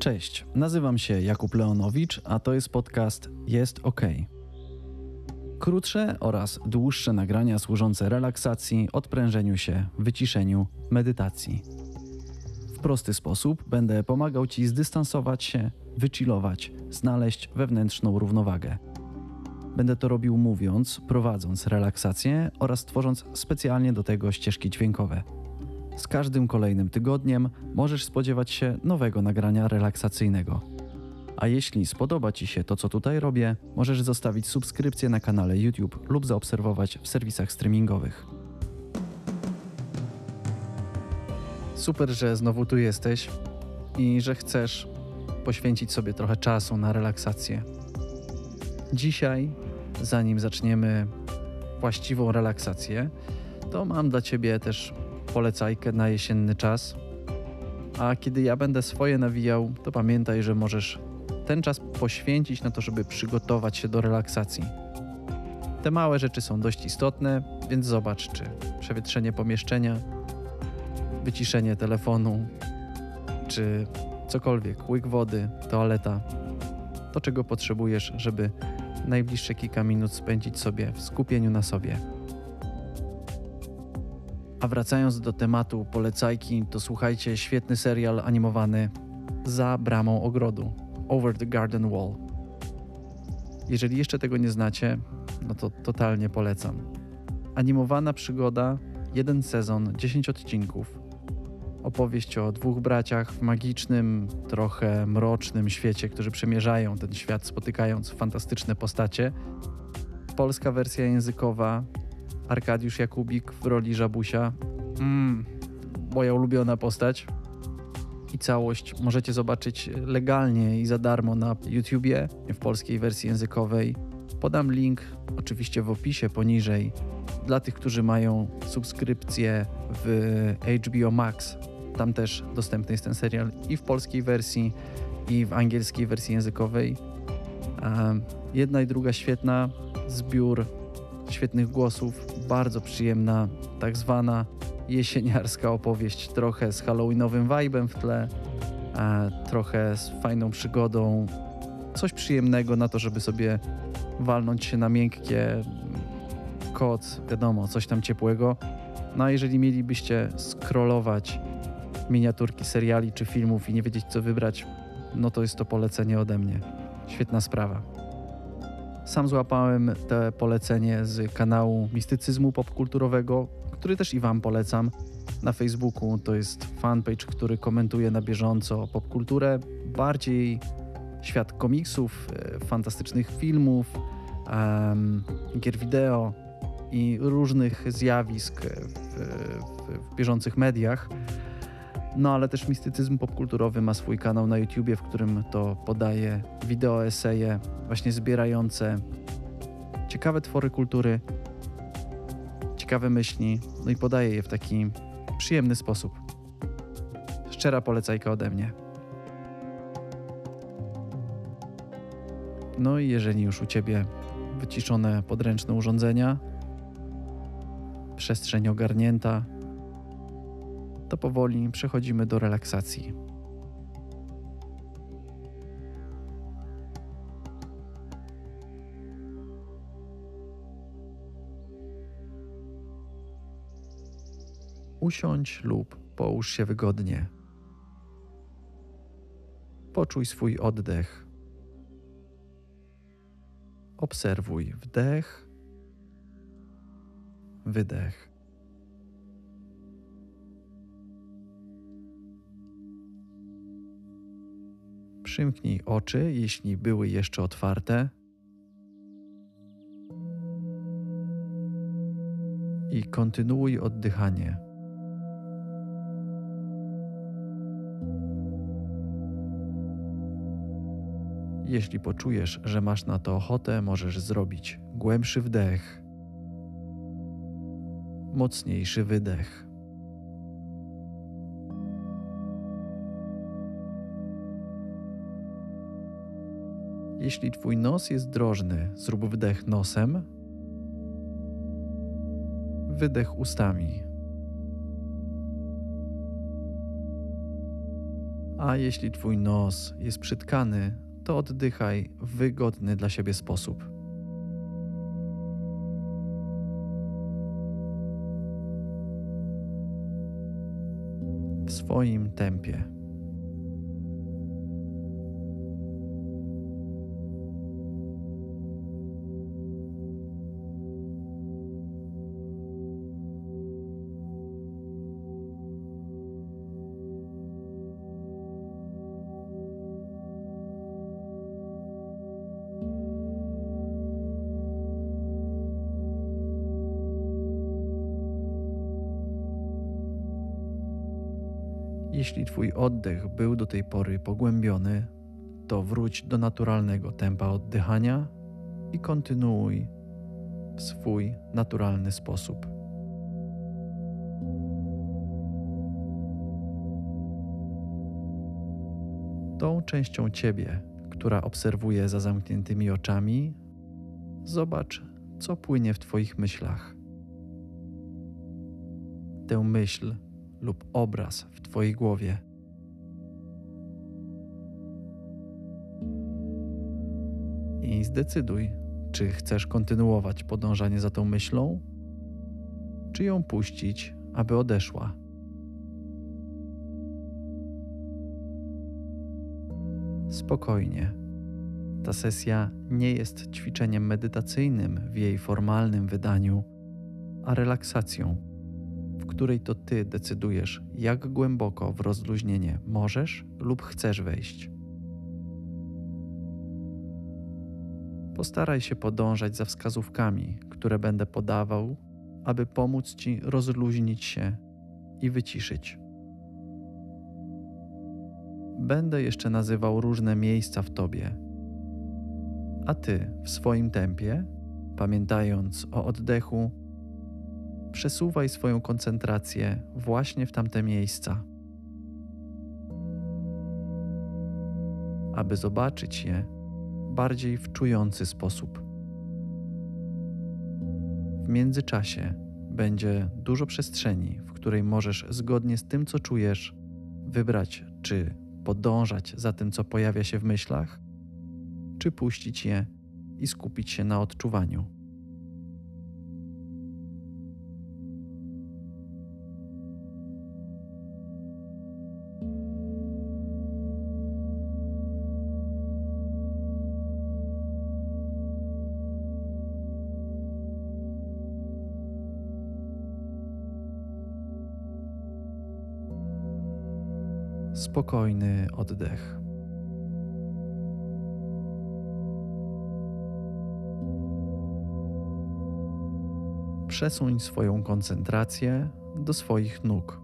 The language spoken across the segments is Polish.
Cześć, nazywam się Jakub Leonowicz, a to jest podcast Jest OK. Krótsze oraz dłuższe nagrania służące relaksacji, odprężeniu się, wyciszeniu, medytacji. W prosty sposób będę pomagał Ci zdystansować się, wychillować, znaleźć wewnętrzną równowagę. Będę to robił mówiąc, prowadząc relaksację oraz tworząc specjalnie do tego ścieżki dźwiękowe. Z każdym kolejnym tygodniem możesz spodziewać się nowego nagrania relaksacyjnego. A jeśli spodoba Ci się to, co tutaj robię, możesz zostawić subskrypcję na kanale YouTube lub zaobserwować w serwisach streamingowych. Super, że znowu tu jesteś i że chcesz poświęcić sobie trochę czasu na relaksację. Dzisiaj, zanim zaczniemy właściwą relaksację, to mam dla Ciebie też polecajkę na jesienny czas. A kiedy ja będę swoje nawijał, to pamiętaj, że możesz ten czas poświęcić na to, żeby przygotować się do relaksacji. Te małe rzeczy są dość istotne, więc zobacz, czy przewietrzenie pomieszczenia, wyciszenie telefonu, czy cokolwiek, łyk wody, toaleta, to czego potrzebujesz, żeby najbliższe kilka minut spędzić sobie w skupieniu na sobie. A wracając do tematu polecajki, to słuchajcie, świetny serial animowany Za bramą ogrodu, Over the Garden Wall. Jeżeli jeszcze tego nie znacie, no to totalnie polecam. Animowana przygoda, 1 sezon, 10 odcinków. Opowieść o 2 braciach w magicznym, trochę mrocznym świecie, którzy przemierzają ten świat, spotykając fantastyczne postacie. Polska wersja językowa, Arkadiusz Jakubik w roli Żabusia. Moja ulubiona postać. I całość możecie zobaczyć legalnie i za darmo na YouTubie w polskiej wersji językowej. Podam link oczywiście w opisie poniżej dla tych, którzy mają subskrypcję w HBO Max. Tam też dostępny jest ten serial i w polskiej wersji, i w angielskiej wersji językowej. Jedna i druga świetna, zbiór świetnych głosów, bardzo przyjemna, tak zwana jesieniarska opowieść, trochę z halloweenowym vibe'em w tle, trochę z fajną przygodą, coś przyjemnego na to, żeby sobie walnąć się na miękkie, koc, wiadomo, coś tam ciepłego. No a jeżeli mielibyście scrollować miniaturki seriali czy filmów i nie wiedzieć, co wybrać, no to jest to polecenie ode mnie. Świetna sprawa. Sam złapałem te polecenie z kanału Mistycyzmu Popkulturowego, który też i Wam polecam. Na Facebooku to jest fanpage, który komentuje na bieżąco popkulturę, bardziej świat komiksów, fantastycznych filmów, gier wideo i różnych zjawisk w bieżących mediach. No ale też Mistycyzm Popkulturowy ma swój kanał na YouTubie, w którym to podaje wideo eseje właśnie zbierające ciekawe twory kultury, ciekawe myśli, no i podaje je w taki przyjemny sposób. Szczera polecajka ode mnie. No i jeżeli już u Ciebie wyciszone podręczne urządzenia, przestrzeń ogarnięta, to powoli przechodzimy do relaksacji. Usiądź lub połóż się wygodnie. Poczuj swój oddech. Obserwuj wdech, wydech. Przymknij oczy, jeśli były jeszcze otwarte, i kontynuuj oddychanie. Jeśli poczujesz, że masz na to ochotę, możesz zrobić głębszy wdech, mocniejszy wydech. Jeśli Twój nos jest drożny, zrób wdech nosem, wydech ustami. A jeśli twój nos jest przytkany, to oddychaj w wygodny dla siebie sposób. W swoim tempie. Jeśli twój oddech był do tej pory pogłębiony, to wróć do naturalnego tempa oddychania i kontynuuj w swój naturalny sposób. Tą częścią ciebie, która obserwuje za zamkniętymi oczami, zobacz, co płynie w twoich myślach. Tę myśl lub obraz w twojej głowie. I zdecyduj, czy chcesz kontynuować podążanie za tą myślą, czy ją puścić, aby odeszła. Spokojnie. Ta sesja nie jest ćwiczeniem medytacyjnym w jej formalnym wydaniu, a relaksacją, w której to ty decydujesz, jak głęboko w rozluźnienie możesz lub chcesz wejść. Postaraj się podążać za wskazówkami, które będę podawał, aby pomóc ci rozluźnić się i wyciszyć. Będę jeszcze nazywał różne miejsca w tobie, a ty w swoim tempie, pamiętając o oddechu, przesuwaj swoją koncentrację właśnie w tamte miejsca, aby zobaczyć je bardziej w czujący sposób. W międzyczasie będzie dużo przestrzeni, w której możesz zgodnie z tym, co czujesz, wybrać, czy podążać za tym, co pojawia się w myślach, czy puścić je i skupić się na odczuwaniu. Spokojny oddech. Przesuń swoją koncentrację do swoich nóg.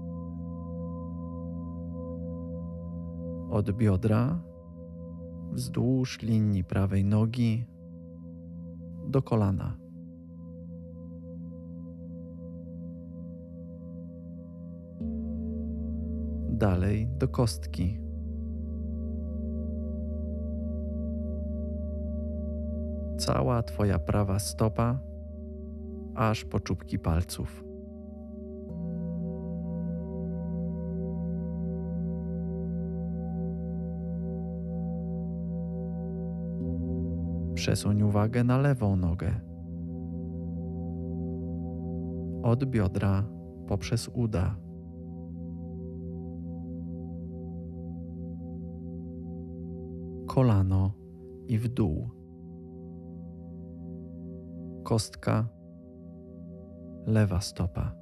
Od biodra, wzdłuż linii prawej nogi do kolana. Dalej do kostki. Cała twoja prawa stopa, aż po czubki palców. Przesuń uwagę na lewą nogę. Od biodra poprzez uda. Kolano i w dół. Kostka, lewa stopa.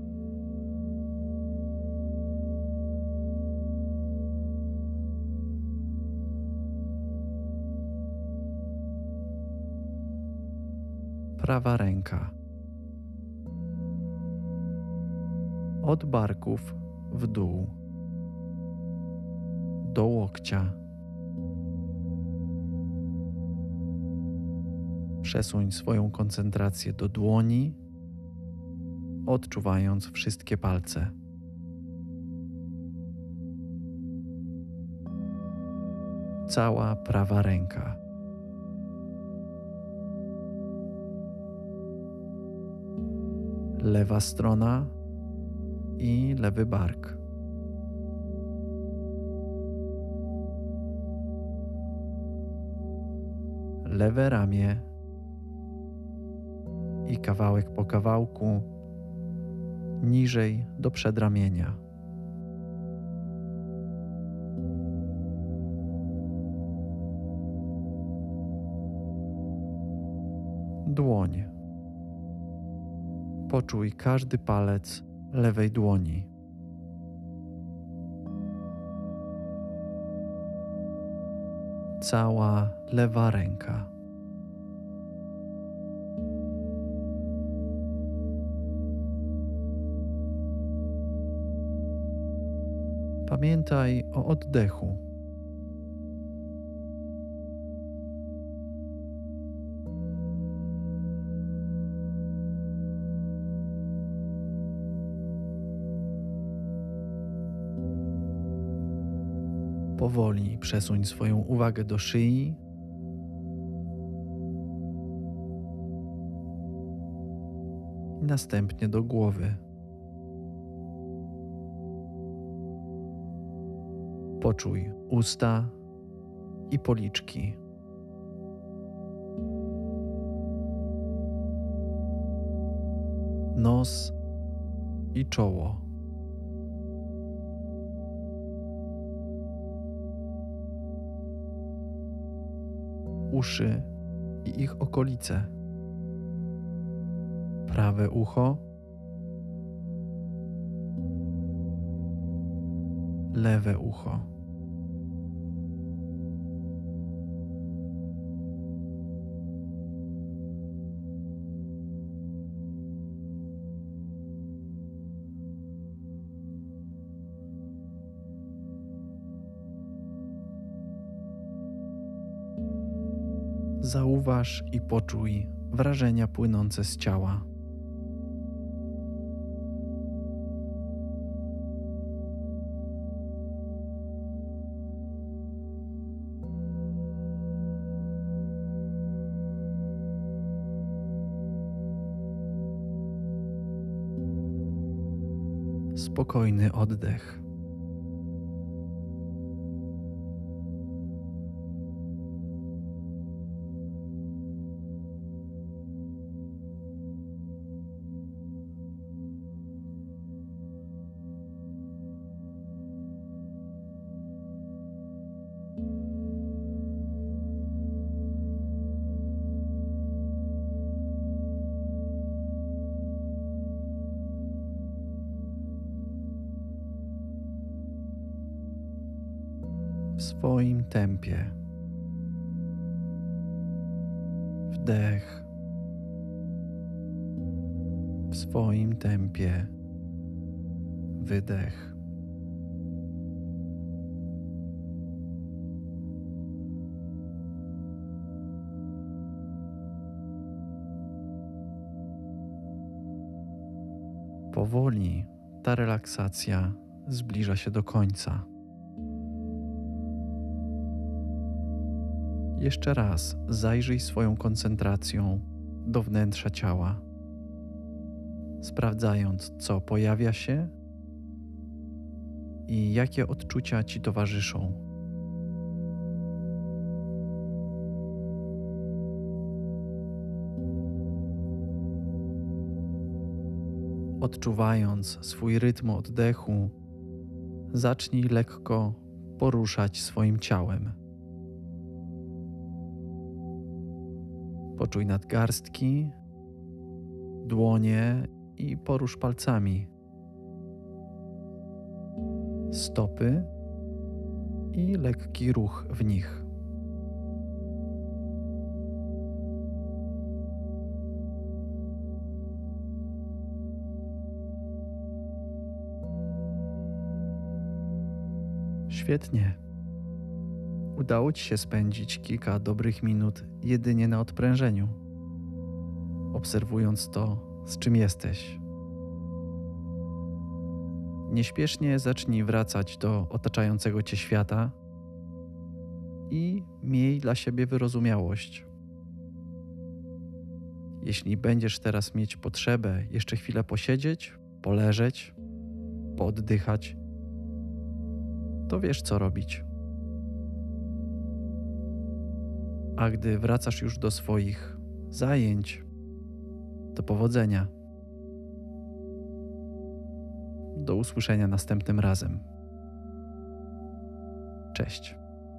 Prawa ręka. Od barków w dół do łokcia. Przesuń swoją koncentrację do dłoni, odczuwając wszystkie palce. Cała prawa ręka. Lewa strona i lewy bark. lewe ramię i kawałek po kawałku niżej do przedramienia. Dłoń. Poczuj każdy palec lewej dłoni. Cała lewa ręka. Pamiętaj o oddechu. Powoli przesuń swoją uwagę do szyi i następnie do głowy. Poczuj usta i policzki. Nos i czoło. Uszy i ich okolice. Prawe ucho, lewe ucho. Zauważ i poczuj wrażenia płynące z ciała. Spokojny oddech. W swoim tempie. Wdech. W swoim tempie. Wydech. Powoli ta relaksacja zbliża się do końca. Jeszcze raz zajrzyj swoją koncentracją do wnętrza ciała, sprawdzając, co pojawia się i jakie odczucia ci towarzyszą. Odczuwając swój rytm oddechu, zacznij lekko poruszać swoim ciałem. Poczuj nadgarstki, dłonie i porusz palcami, stopy i lekki ruch w nich. Świetnie. Udało ci się spędzić kilka dobrych minut jedynie na odprężeniu, obserwując to, z czym jesteś. Nieśpiesznie zacznij wracać do otaczającego cię świata i miej dla siebie wyrozumiałość. Jeśli będziesz teraz mieć potrzebę jeszcze chwilę posiedzieć, poleżeć, pooddychać, to wiesz, co robić. A gdy wracasz już do swoich zajęć, to powodzenia. Do usłyszenia następnym razem. Cześć.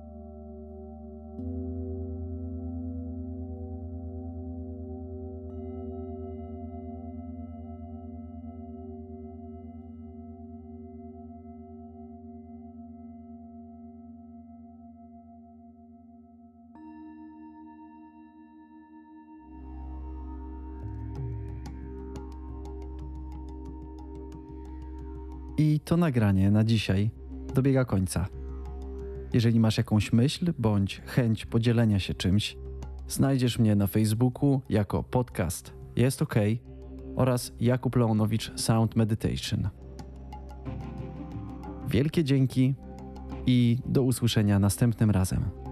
I to nagranie na dzisiaj dobiega końca. Jeżeli masz jakąś myśl bądź chęć podzielenia się czymś, znajdziesz mnie na Facebooku jako podcast Jest OK oraz Jakub Leonowicz Sound Meditation. Wielkie dzięki i do usłyszenia następnym razem.